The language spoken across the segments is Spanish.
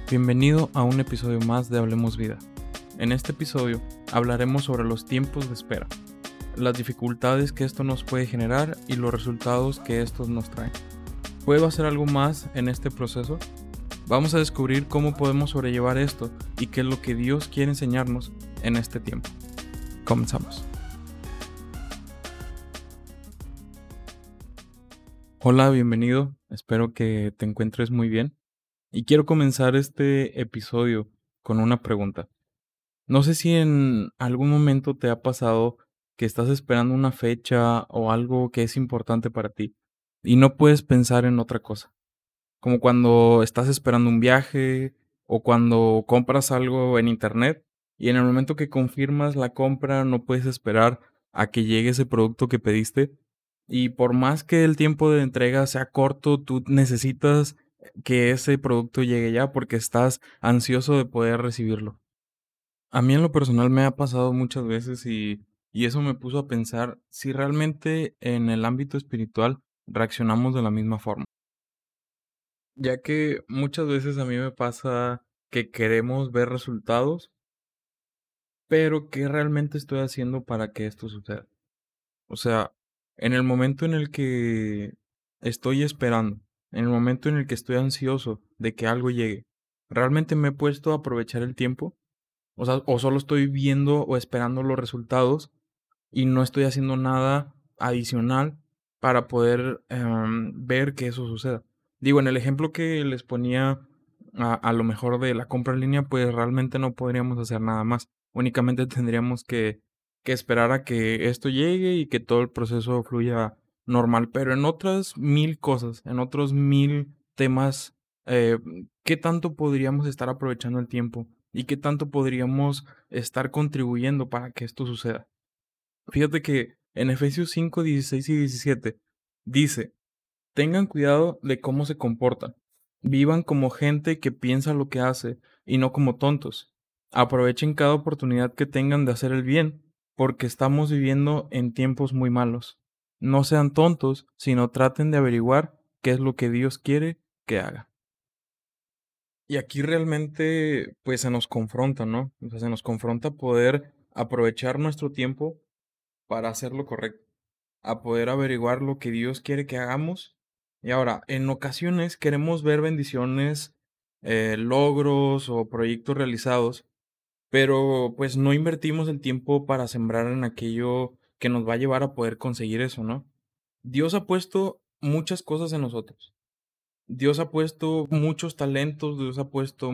Bienvenido a un episodio más de Hablemos Vida. En este episodio hablaremos sobre los tiempos de espera, las dificultades que esto nos puede generar y los resultados que estos nos traen. ¿Puedo hacer algo más en este proceso? Vamos a descubrir cómo podemos sobrellevar esto y qué es lo que Dios quiere enseñarnos en este tiempo. Comenzamos. Hola, bienvenido. Espero que te encuentres muy bien. Y quiero comenzar este episodio con una pregunta. No sé si en algún momento te ha pasado que estás esperando una fecha o algo que es importante para ti y no puedes pensar en otra cosa. Como cuando estás esperando un viaje o cuando compras algo en internet y en el momento que confirmas la compra no puedes esperar a que llegue ese producto que pediste y por más que el tiempo de entrega sea corto, tú necesitas que ese producto llegue ya porque estás ansioso de poder recibirlo. A mí en lo personal me ha pasado muchas veces y eso me puso a pensar si realmente en el ámbito espiritual reaccionamos de la misma forma. Ya que muchas veces a mí me pasa que queremos ver resultados, pero ¿qué realmente estoy haciendo para que esto suceda? O sea, en el momento en el que estoy esperando, en el momento en el que estoy ansioso de que algo llegue, ¿realmente me he puesto a aprovechar el tiempo? O sea, o solo estoy viendo o esperando los resultados y no estoy haciendo nada adicional para poder ver que eso suceda. Digo, en el ejemplo que les ponía a lo mejor de la compra en línea, pues realmente no podríamos hacer nada más. Únicamente tendríamos que esperar a que esto llegue y que todo el proceso fluya normal. Pero en otras mil cosas, en otros mil temas, eh, ¿qué tanto podríamos estar aprovechando el tiempo? ¿Y qué tanto podríamos estar contribuyendo para que esto suceda? Fíjate que en Efesios 5, 16 y 17 dice: tengan cuidado de cómo se comportan. Vivan como gente que piensa lo que hace y no como tontos. Aprovechen cada oportunidad que tengan de hacer el bien, porque estamos viviendo en tiempos muy malos. No sean tontos, sino traten de averiguar qué es lo que Dios quiere que haga. Y aquí realmente, pues se nos confronta, ¿no? O sea, se nos confronta poder aprovechar nuestro tiempo para hacer lo correcto, a poder averiguar lo que Dios quiere que hagamos. Y ahora, en ocasiones queremos ver bendiciones, logros o proyectos realizados, pero pues no invertimos el tiempo para sembrar en aquello que nos va a llevar a poder conseguir eso, ¿no? Dios ha puesto muchas cosas en nosotros. Dios ha puesto muchos talentos, Dios ha puesto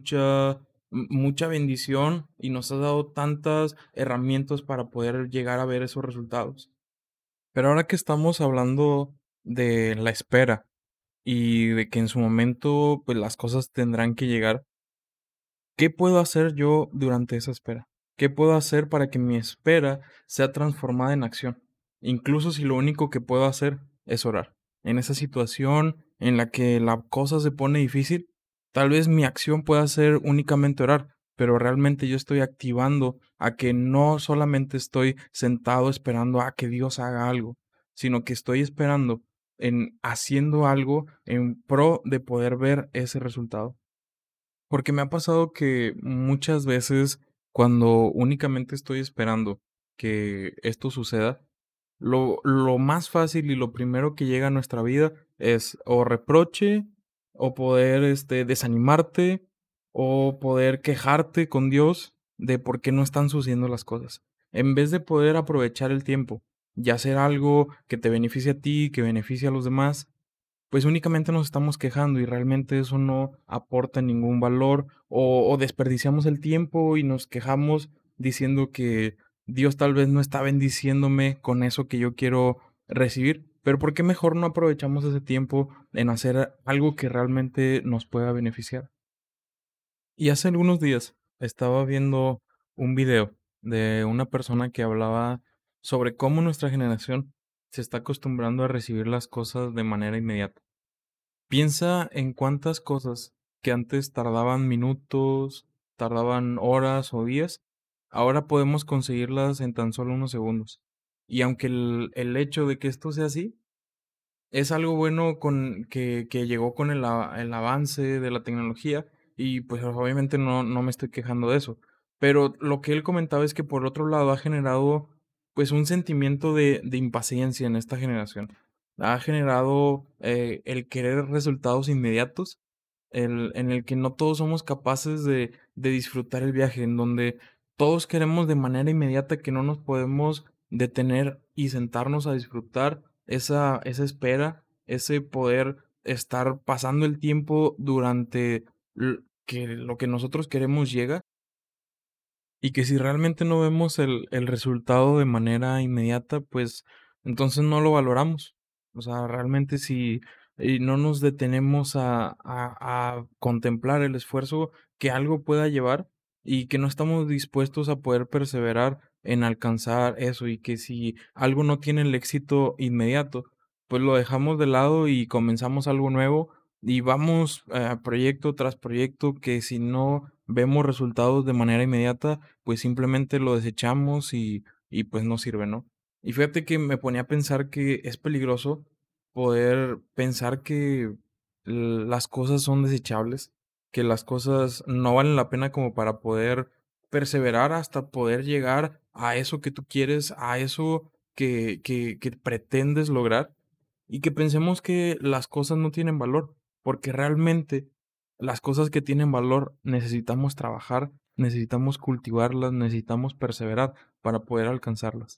mucha bendición y nos ha dado tantas herramientas para poder llegar a ver esos resultados. Pero ahora que estamos hablando de la espera y de que en su momento, pues, las cosas tendrán que llegar, ¿qué puedo hacer yo durante esa espera? ¿Qué puedo hacer para que mi espera sea transformada en acción? Incluso si lo único que puedo hacer es orar. En esa situación en la que la cosa se pone difícil, tal vez mi acción pueda ser únicamente orar, pero realmente yo estoy activando a que no solamente estoy sentado esperando a que Dios haga algo, sino que estoy esperando en haciendo algo en pro de poder ver ese resultado. Porque me ha pasado que muchas veces cuando únicamente estoy esperando que esto suceda, lo más fácil y lo primero que llega a nuestra vida es o reproche, o poder, desanimarte, o poder quejarte con Dios de por qué no están sucediendo las cosas. En vez de poder aprovechar el tiempo y hacer algo que te beneficie a ti, que beneficie a los demás, pues únicamente nos estamos quejando y realmente eso no aporta ningún valor o desperdiciamos el tiempo y nos quejamos diciendo que Dios tal vez no está bendiciéndome con eso que yo quiero recibir, pero ¿por qué mejor no aprovechamos ese tiempo en hacer algo que realmente nos pueda beneficiar? Y hace algunos días estaba viendo un video de una persona que hablaba sobre cómo nuestra generación se está acostumbrando a recibir las cosas de manera inmediata. Piensa en cuántas cosas que antes tardaban minutos, tardaban horas o días, ahora podemos conseguirlas en tan solo unos segundos. Y aunque el hecho de que esto sea así, es algo bueno con que llegó con el avance de la tecnología, y, pues, obviamente no me estoy quejando de eso. Pero lo que él comentaba es que, por otro lado, ha generado, pues, un sentimiento de impaciencia en esta generación. Ha generado, el querer resultados inmediatos, en el que no todos somos capaces de disfrutar el viaje, en donde todos queremos de manera inmediata, que no nos podemos detener y sentarnos a disfrutar esa espera, ese poder estar pasando el tiempo durante que lo que nosotros queremos llega, y que si realmente no vemos el resultado de manera inmediata, pues, entonces no lo valoramos. O sea, realmente si, no nos detenemos a contemplar el esfuerzo que algo pueda llevar, y que no estamos dispuestos a poder perseverar en alcanzar eso, y que si algo no tiene el éxito inmediato, pues lo dejamos de lado y comenzamos algo nuevo, y vamos, proyecto tras proyecto, que si no vemos resultados de manera inmediata, pues simplemente lo desechamos y pues no sirve, ¿no? Y fíjate que me ponía a pensar que es peligroso poder pensar que las cosas son desechables, que las cosas no valen la pena como para poder perseverar hasta poder llegar a eso que tú quieres, a eso que pretendes lograr, y que pensemos que las cosas no tienen valor, porque realmente las cosas que tienen valor necesitamos trabajar, necesitamos cultivarlas, necesitamos perseverar para poder alcanzarlas.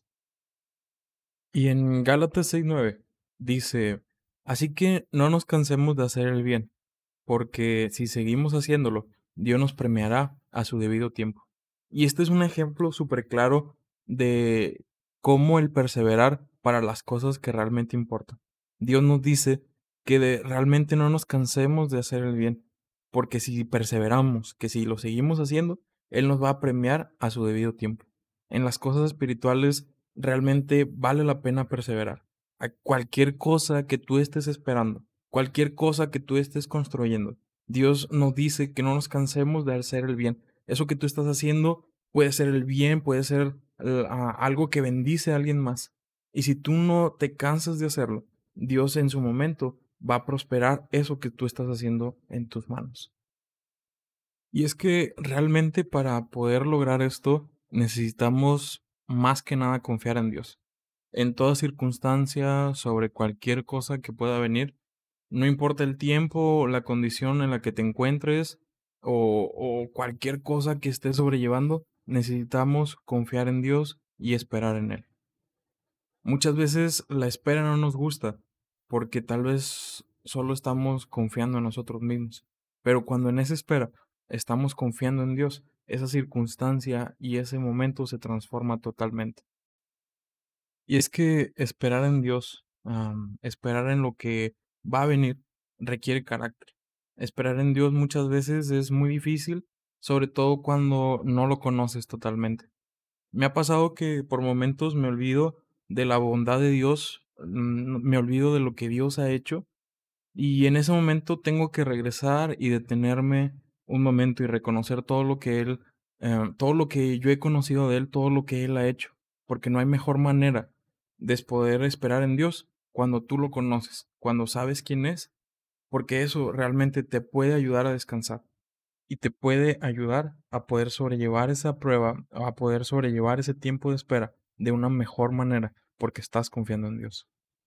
Y en Gálatas 6:9 dice: "Así que no nos cansemos de hacer el bien, porque si seguimos haciéndolo, Dios nos premiará a su debido tiempo". Y este es un ejemplo súper claro de cómo el perseverar para las cosas que realmente importan. Dios nos dice que realmente no nos cansemos de hacer el bien, porque si perseveramos, que si lo seguimos haciendo, Él nos va a premiar a su debido tiempo. En las cosas espirituales realmente vale la pena perseverar. A cualquier cosa que tú estés esperando, cualquier cosa que tú estés construyendo, Dios nos dice que no nos cansemos de hacer el bien. Eso que tú estás haciendo puede ser el bien, puede ser algo que bendice a alguien más. Y si tú no te cansas de hacerlo, Dios en su momento va a prosperar eso que tú estás haciendo en tus manos. Y es que realmente para poder lograr esto necesitamos más que nada confiar en Dios. En toda circunstancia, sobre cualquier cosa que pueda venir, no importa el tiempo o la condición en la que te encuentres o cualquier cosa que estés sobrellevando, necesitamos confiar en Dios y esperar en Él. Muchas veces la espera no nos gusta porque tal vez solo estamos confiando en nosotros mismos, pero cuando en esa espera estamos confiando en Dios, esa circunstancia y ese momento se transforma totalmente. Y es que esperar en Dios, esperar en lo que va a venir, requiere carácter. Esperar en Dios muchas veces es muy difícil, sobre todo cuando no lo conoces totalmente. Me ha pasado que por momentos me olvido de la bondad de Dios, me olvido de lo que Dios ha hecho, y en ese momento tengo que regresar y detenerme un momento y reconocer todo lo que Él, todo lo que yo he conocido de Él, todo lo que Él ha hecho, porque no hay mejor manera de poder esperar en Dios cuando tú lo conoces, cuando sabes quién es, porque eso realmente te puede ayudar a descansar y te puede ayudar a poder sobrellevar esa prueba, a poder sobrellevar ese tiempo de espera de una mejor manera, porque estás confiando en Dios.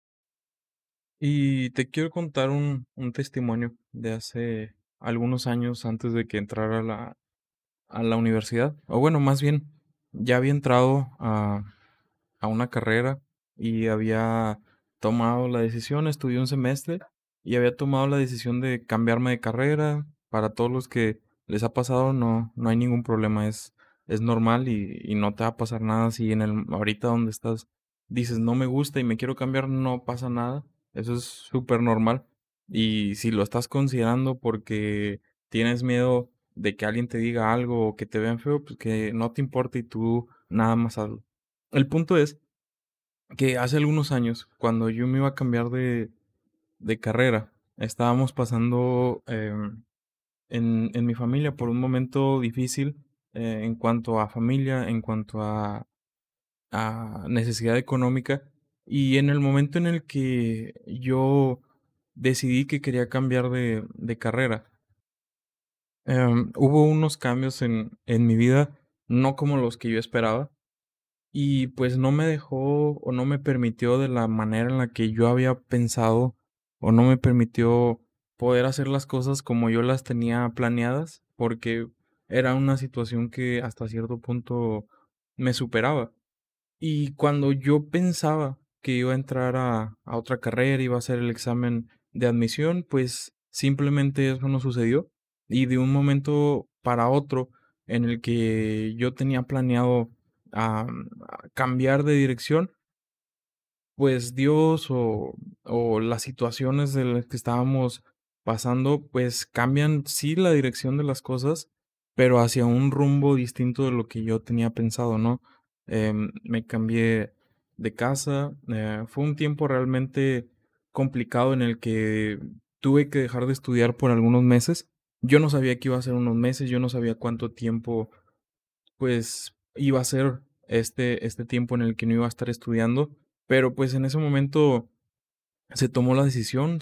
Y te quiero contar un testimonio de hace algunos años antes de que entrara a la universidad, o bueno, más bien, ya había entrado a una carrera y había tomado la decisión, estudié un semestre y había tomado la decisión de cambiarme de carrera. Para todos los que les ha pasado, no hay ningún problema, es normal y no te va a pasar nada si ahorita donde estás dices no me gusta y me quiero cambiar, no pasa nada, eso es súper normal. Y si lo estás considerando porque tienes miedo de que alguien te diga algo o que te vean feo, pues que no te importe y tú nada más hazlo. El punto es que hace algunos años, cuando yo me iba a cambiar de carrera, estábamos pasando en mi familia por un momento difícil en cuanto a familia, en cuanto a necesidad económica. Y en el momento en el que yo decidí que quería cambiar de carrera, Hubo unos cambios en mi vida, no como los que yo esperaba, y pues no me dejó o no me permitió de la manera en la que yo había pensado, o no me permitió poder hacer las cosas como yo las tenía planeadas, porque era una situación que hasta cierto punto me superaba. Y cuando yo pensaba que iba a entrar a otra carrera, iba a hacer el examen de admisión, pues simplemente eso no sucedió. Y de un momento para otro, en el que yo tenía planeado cambiar de dirección, pues Dios o las situaciones de las que estábamos pasando, pues cambian, sí, la dirección de las cosas, pero hacia un rumbo distinto de lo que yo tenía pensado, ¿no? Me cambié de casa, fue un tiempo realmente complicado en el que tuve que dejar de estudiar por algunos meses. Yo no sabía que iba a ser unos meses, yo no sabía cuánto tiempo, pues, iba a ser este tiempo en el que no iba a estar estudiando, pero, pues, en ese momento se tomó la decisión,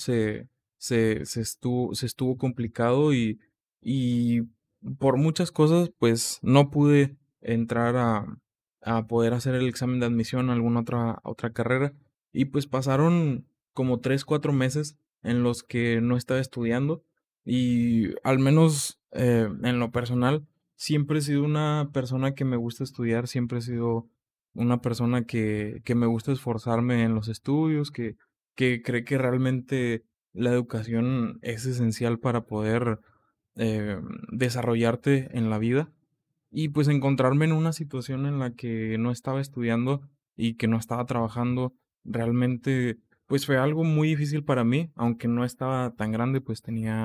se estuvo complicado y por muchas cosas, pues, no pude entrar a poder hacer el examen de admisión a alguna otra carrera. Y, pues, pasaron como 3 4 meses en los que no estaba estudiando y al menos, en lo personal, siempre he sido una persona que me gusta estudiar, siempre he sido una persona que me gusta esforzarme en los estudios, que cree que realmente la educación es esencial para poder, desarrollarte en la vida. Y, pues, encontrarme en una situación en la que no estaba estudiando y que no estaba trabajando, realmente, pues, fue algo muy difícil para mí, aunque no estaba tan grande, pues,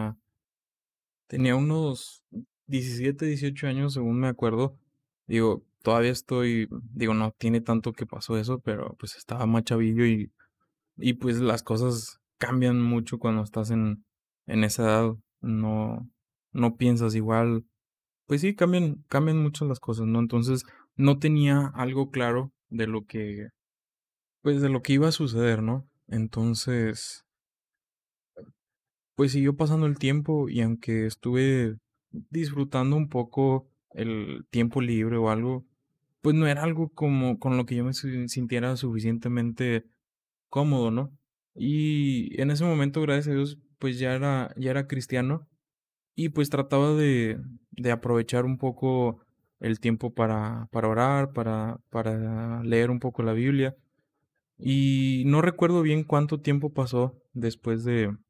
tenía unos 17 18 años, según me acuerdo. Digo, todavía digo, no tiene tanto que pasó eso, pero, pues, estaba más chavillo y pues las cosas cambian mucho cuando estás en esa edad, no piensas igual, pues sí, cambian mucho las cosas, ¿no? Entonces, no tenía algo claro de lo que, pues, de lo que iba a suceder, ¿no? Entonces, pues siguió pasando el tiempo y aunque estuve disfrutando un poco el tiempo libre o algo, pues no era algo como con lo que yo me sintiera suficientemente cómodo, ¿no? Y en ese momento, gracias a Dios, pues ya era cristiano y pues trataba de aprovechar un poco el tiempo para orar, para leer un poco la Biblia. Y no recuerdo bien cuánto tiempo pasó después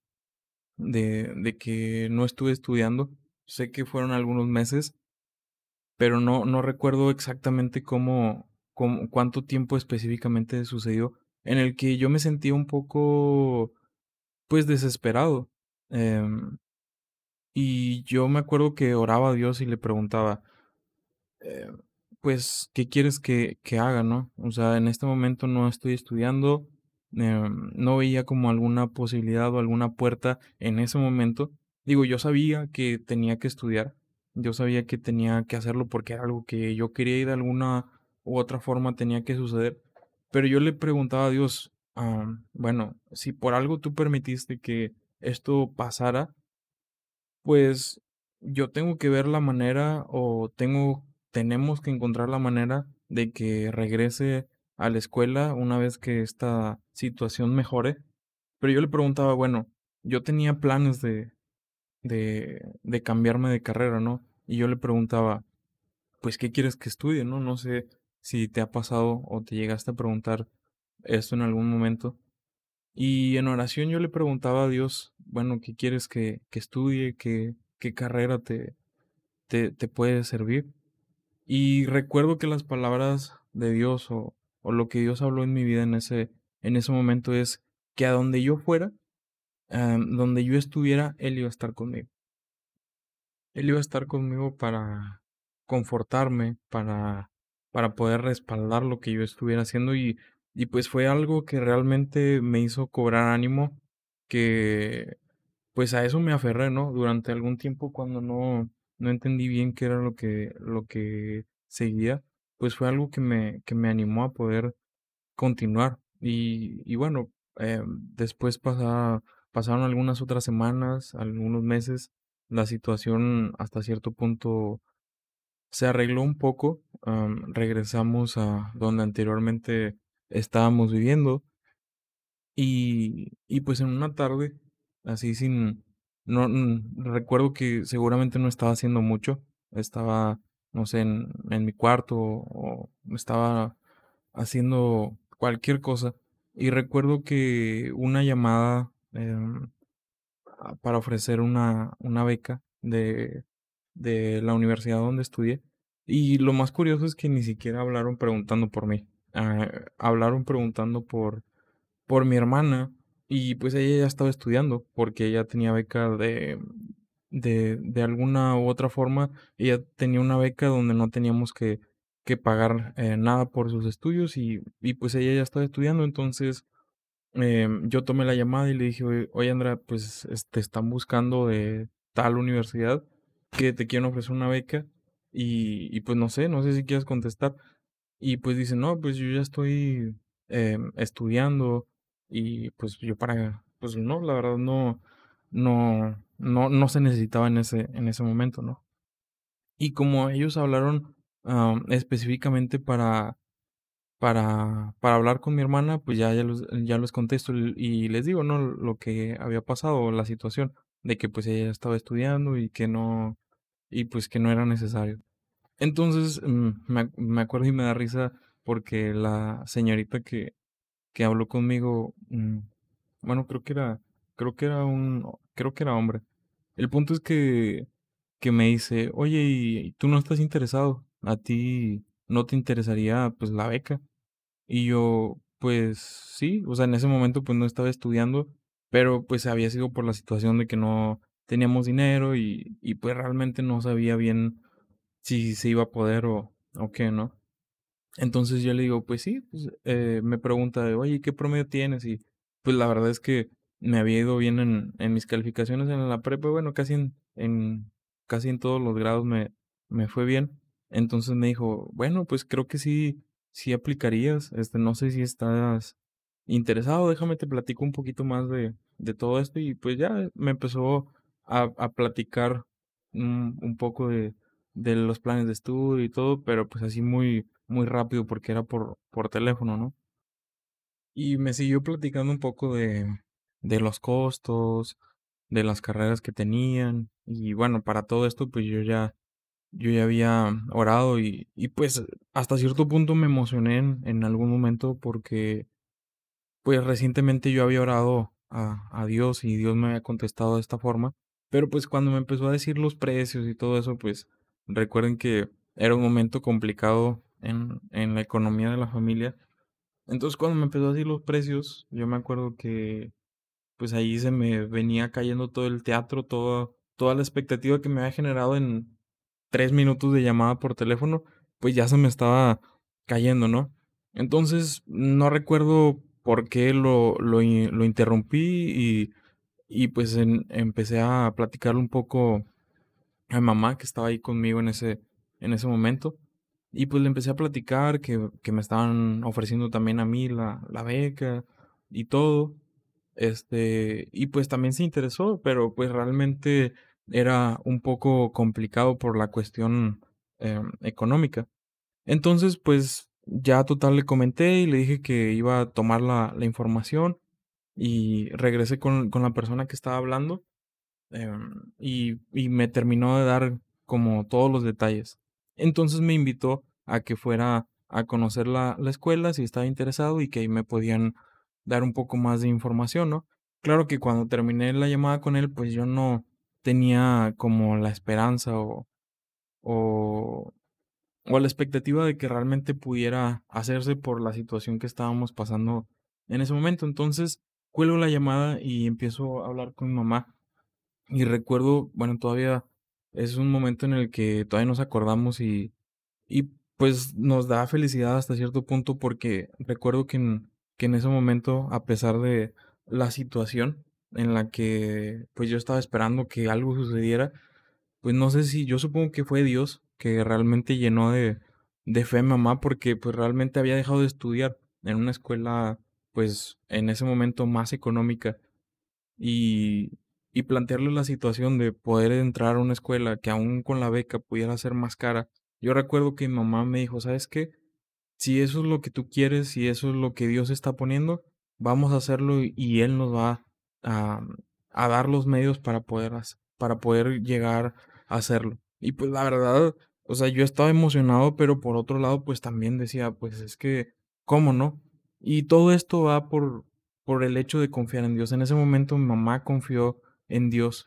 de que no estuve estudiando. Sé que fueron algunos meses, pero no recuerdo exactamente cuánto tiempo específicamente sucedió, en el que yo me sentía un poco, pues, desesperado. Em, y yo me acuerdo que oraba a Dios y le preguntaba, eh, pues, ¿qué quieres que haga, no? O sea, en este momento no estoy estudiando, no veía como alguna posibilidad o alguna puerta en ese momento. Digo, yo sabía que tenía que estudiar, yo sabía que tenía que hacerlo porque era algo que yo quería y de alguna u otra forma tenía que suceder, pero yo le preguntaba a Dios, bueno, si por algo tú permitiste que esto pasara, pues, yo tengo que ver la manera o tenemos que encontrar la manera de que regrese a la escuela una vez que esta situación mejore. Pero yo le preguntaba, bueno, yo tenía planes de cambiarme de carrera, ¿no? Y yo le preguntaba, pues, ¿qué quieres que estudie, no? No sé si te ha pasado o te llegaste a preguntar esto en algún momento. Y en oración yo le preguntaba a Dios, bueno, ¿qué quieres que estudie? ¿Qué carrera te puede servir? Y recuerdo que las palabras de Dios o lo que Dios habló en mi vida en ese momento es que a donde yo fuera, donde yo estuviera, Él iba a estar conmigo. Él iba a estar conmigo para confortarme, para poder respaldar lo que yo estuviera haciendo y pues fue algo que realmente me hizo cobrar ánimo, que pues a eso me aferré, ¿no? Durante algún tiempo cuando no entendí bien qué era lo que seguía, pues fue algo que me animó a poder continuar. Y bueno, después pasaron algunas otras semanas, algunos meses, la situación hasta cierto punto se arregló un poco, regresamos a donde anteriormente estábamos viviendo y pues en una tarde, así sin, no, recuerdo que seguramente no estaba haciendo mucho, estaba, no sé, en mi cuarto o estaba haciendo cualquier cosa y recuerdo que una llamada para ofrecer una beca de la universidad donde estudié. Y lo más curioso es que ni siquiera hablaron preguntando por mí. Hablaron preguntando por mi hermana y pues ella ya estaba estudiando porque ella tenía beca de alguna u otra forma. Ella tenía una beca donde no teníamos que pagar nada por sus estudios y pues ella ya estaba estudiando. Entonces yo tomé la llamada y le dije: "Oye, Andrea, pues, están buscando de tal universidad que te quieren ofrecer una beca y, pues, no sé si quieres contestar". Y, pues, dice: "No, pues, yo ya estoy, estudiando", y, pues, yo pues, no, la verdad no se necesitaba en ese momento, ¿no? Y como ellos hablaron, específicamente para hablar con mi hermana, pues ya les contesto y les digo, ¿no? Lo que había pasado, la situación de que, pues, ella estaba estudiando y, pues, que no era necesario. Entonces, me acuerdo y me da risa porque la señorita que habló conmigo, bueno, creo que era hombre. El punto es que me dice: "Oye, ¿y tú no estás interesado? ¿A ti no te interesaría, pues, la beca?". Y yo, pues sí, o sea, en ese momento, pues, no estaba estudiando, pero, pues, había sido por la situación de que no teníamos dinero y, pues, realmente no sabía bien si se iba a poder o qué, ¿no? Entonces yo le digo, pues sí, pues, me pregunta de, oye, ¿qué promedio tienes? Y pues la verdad es que me había ido bien en mis calificaciones en la prepa, bueno, casi en todos los grados me fue bien. Entonces me dijo, bueno, pues creo que sí aplicarías, no sé si estás interesado, déjame te platico un poquito más de todo esto. Y pues ya me empezó a platicar un poco de los planes de estudio y todo, pero pues así muy, muy rápido porque era por teléfono, ¿no? Y me siguió platicando un poco de los costos, de las carreras que tenían. Y bueno, para todo esto, pues yo ya había orado y pues hasta cierto punto me emocioné en algún momento porque pues recientemente yo había orado a Dios y Dios me había contestado de esta forma, pero pues cuando me empezó a decir los precios y todo eso, pues recuerden que era un momento complicado en la economía de la familia. Entonces cuando me empezó a decir los precios, yo me acuerdo que pues ahí se me venía cayendo todo el teatro, toda la expectativa que me había generado en 3 minutos de llamada por teléfono, pues ya se me estaba cayendo, ¿no? Entonces, no recuerdo por qué lo interrumpí y pues empecé a platicarle un poco a mi mamá, que estaba ahí conmigo en ese momento. Y pues le empecé a platicar que me estaban ofreciendo también a mí la beca y todo. Y pues también se interesó, pero pues realmente era un poco complicado por la cuestión económica. Entonces, pues ya total le comenté y le dije que iba a tomar la información y regresé con la persona que estaba hablando y me terminó de dar como todos los detalles. Entonces me invitó a que fuera a conocer la escuela si estaba interesado y que ahí me podían dar un poco más de información, ¿no? Claro que cuando terminé la llamada con él, pues yo no tenía como la esperanza o, o la expectativa de que realmente pudiera hacerse por la situación que estábamos pasando en ese momento. Entonces cuelgo la llamada y empiezo a hablar con mi mamá y recuerdo, bueno, todavía es un momento en el que todavía nos acordamos y pues nos da felicidad hasta cierto punto porque recuerdo que en ese momento, a pesar de la situación en la que pues yo estaba esperando que algo sucediera, pues no sé si yo supongo que fue Dios que realmente llenó de fe a mi mamá porque pues realmente había dejado de estudiar en una escuela pues en ese momento más económica y plantearle la situación de poder entrar a una escuela que aún con la beca pudiera ser más cara. Yo recuerdo que mi mamá me dijo: "¿Sabes qué? Si eso es lo que tú quieres, si eso es lo que Dios está poniendo, vamos a hacerlo y Él nos va a, a dar los medios para poder llegar a hacerlo". Y pues la verdad, o sea, yo estaba emocionado, pero por otro lado, pues también decía, pues es que, ¿cómo no? Y todo esto va por el hecho de confiar en Dios. En ese momento mi mamá confió en Dios.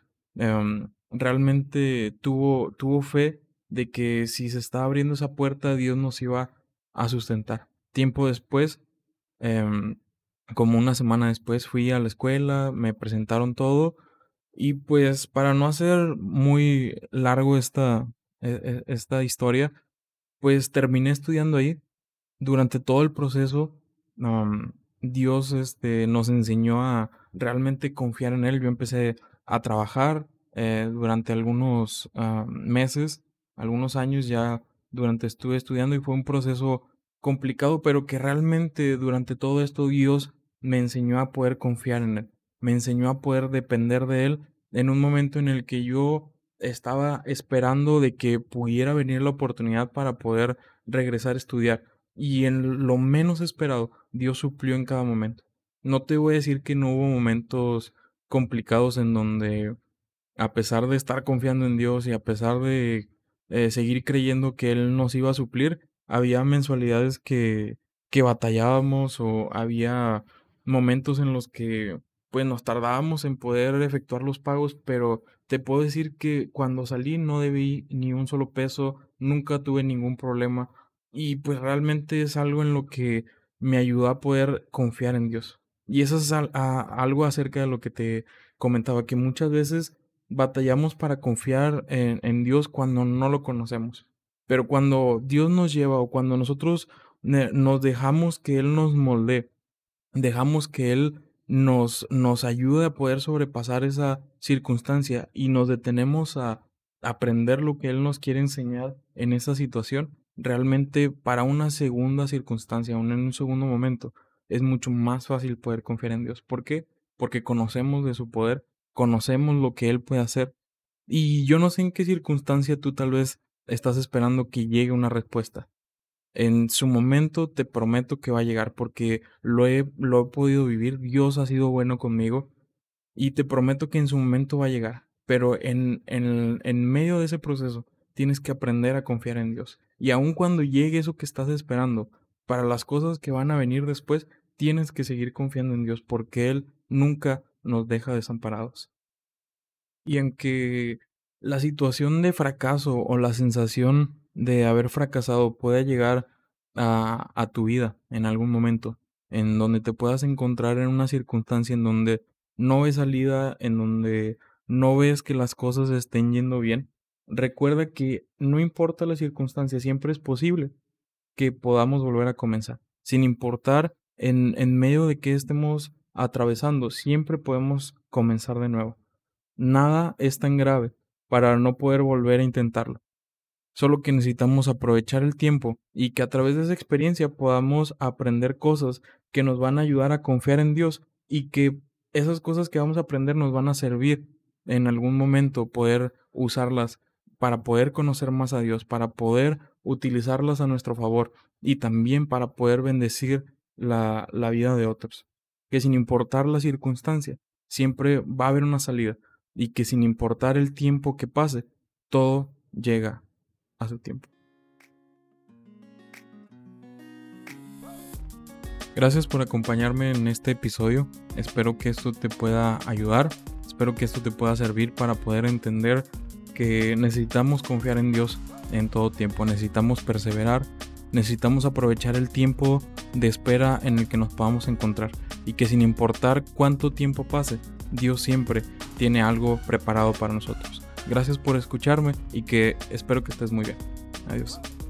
Realmente tuvo fe de que si se estaba abriendo esa puerta, Dios nos iba a sustentar. Tiempo después, em, como una semana después, fui a la escuela, me presentaron todo y pues para no hacer muy largo esta historia, pues terminé estudiando ahí. Durante todo el proceso, Dios, nos enseñó a realmente confiar en Él. Yo empecé a trabajar, durante algunos, meses, algunos años ya durante estuve estudiando y fue un proceso complicado, pero que realmente durante todo esto Dios me enseñó a poder confiar en Él. Me enseñó a poder depender de Él en un momento en el que yo estaba esperando de que pudiera venir la oportunidad para poder regresar a estudiar. Y en lo menos esperado, Dios suplió en cada momento. No te voy a decir que no hubo momentos complicados en donde, a pesar de estar confiando en Dios y a pesar de, seguir creyendo que Él nos iba a suplir, había mensualidades que batallábamos o había momentos en los que, pues, nos tardábamos en poder efectuar los pagos, pero te puedo decir que cuando salí no debí ni un solo peso, nunca tuve ningún problema y, pues, realmente es algo en lo que me ayudó a poder confiar en Dios. Y eso es algo acerca de lo que te comentaba, que muchas veces batallamos para confiar en Dios cuando no lo conocemos. Pero cuando Dios nos lleva o cuando nosotros nos dejamos que Él nos moldee, dejamos que Él nos ayude a poder sobrepasar esa circunstancia y nos detenemos a aprender lo que Él nos quiere enseñar en esa situación, realmente para una segunda circunstancia, aún en un segundo momento, es mucho más fácil poder confiar en Dios. ¿Por qué? Porque conocemos de su poder, conocemos lo que Él puede hacer. Y yo no sé en qué circunstancia tú tal vez estás esperando que llegue una respuesta. En su momento te prometo que va a llegar porque lo he podido vivir, Dios ha sido bueno conmigo y te prometo que en su momento va a llegar, pero en medio de ese proceso tienes que aprender a confiar en Dios. Y aun cuando llegue eso que estás esperando, para las cosas que van a venir después, tienes que seguir confiando en Dios porque Él nunca nos deja desamparados. Y en que la situación de fracaso o la sensación de haber fracasado pueda llegar a tu vida en algún momento, en donde te puedas encontrar en una circunstancia en donde no ves salida, en donde no ves que las cosas estén yendo bien. Recuerda que no importa la circunstancia, siempre es posible que podamos volver a comenzar. Sin importar en medio de qué estemos atravesando, siempre podemos comenzar de nuevo. Nada es tan grave para no poder volver a intentarlo. Solo que necesitamos aprovechar el tiempo y que a través de esa experiencia podamos aprender cosas que nos van a ayudar a confiar en Dios y que esas cosas que vamos a aprender nos van a servir en algún momento, poder usarlas para poder conocer más a Dios, para poder utilizarlas a nuestro favor y también para poder bendecir la vida de otros. Que sin importar la circunstancia, siempre va a haber una salida y que sin importar el tiempo que pase, todo llega a su tiempo. Gracias por acompañarme en este episodio. Espero que esto te pueda ayudar. Espero que esto te pueda servir para poder entender que necesitamos confiar en Dios en todo tiempo. Necesitamos perseverar. Necesitamos aprovechar el tiempo de espera en el que nos podamos encontrar. Y que sin importar cuánto tiempo pase, Dios siempre tiene algo preparado para nosotros. Gracias por escucharme y que espero que estés muy bien. Adiós.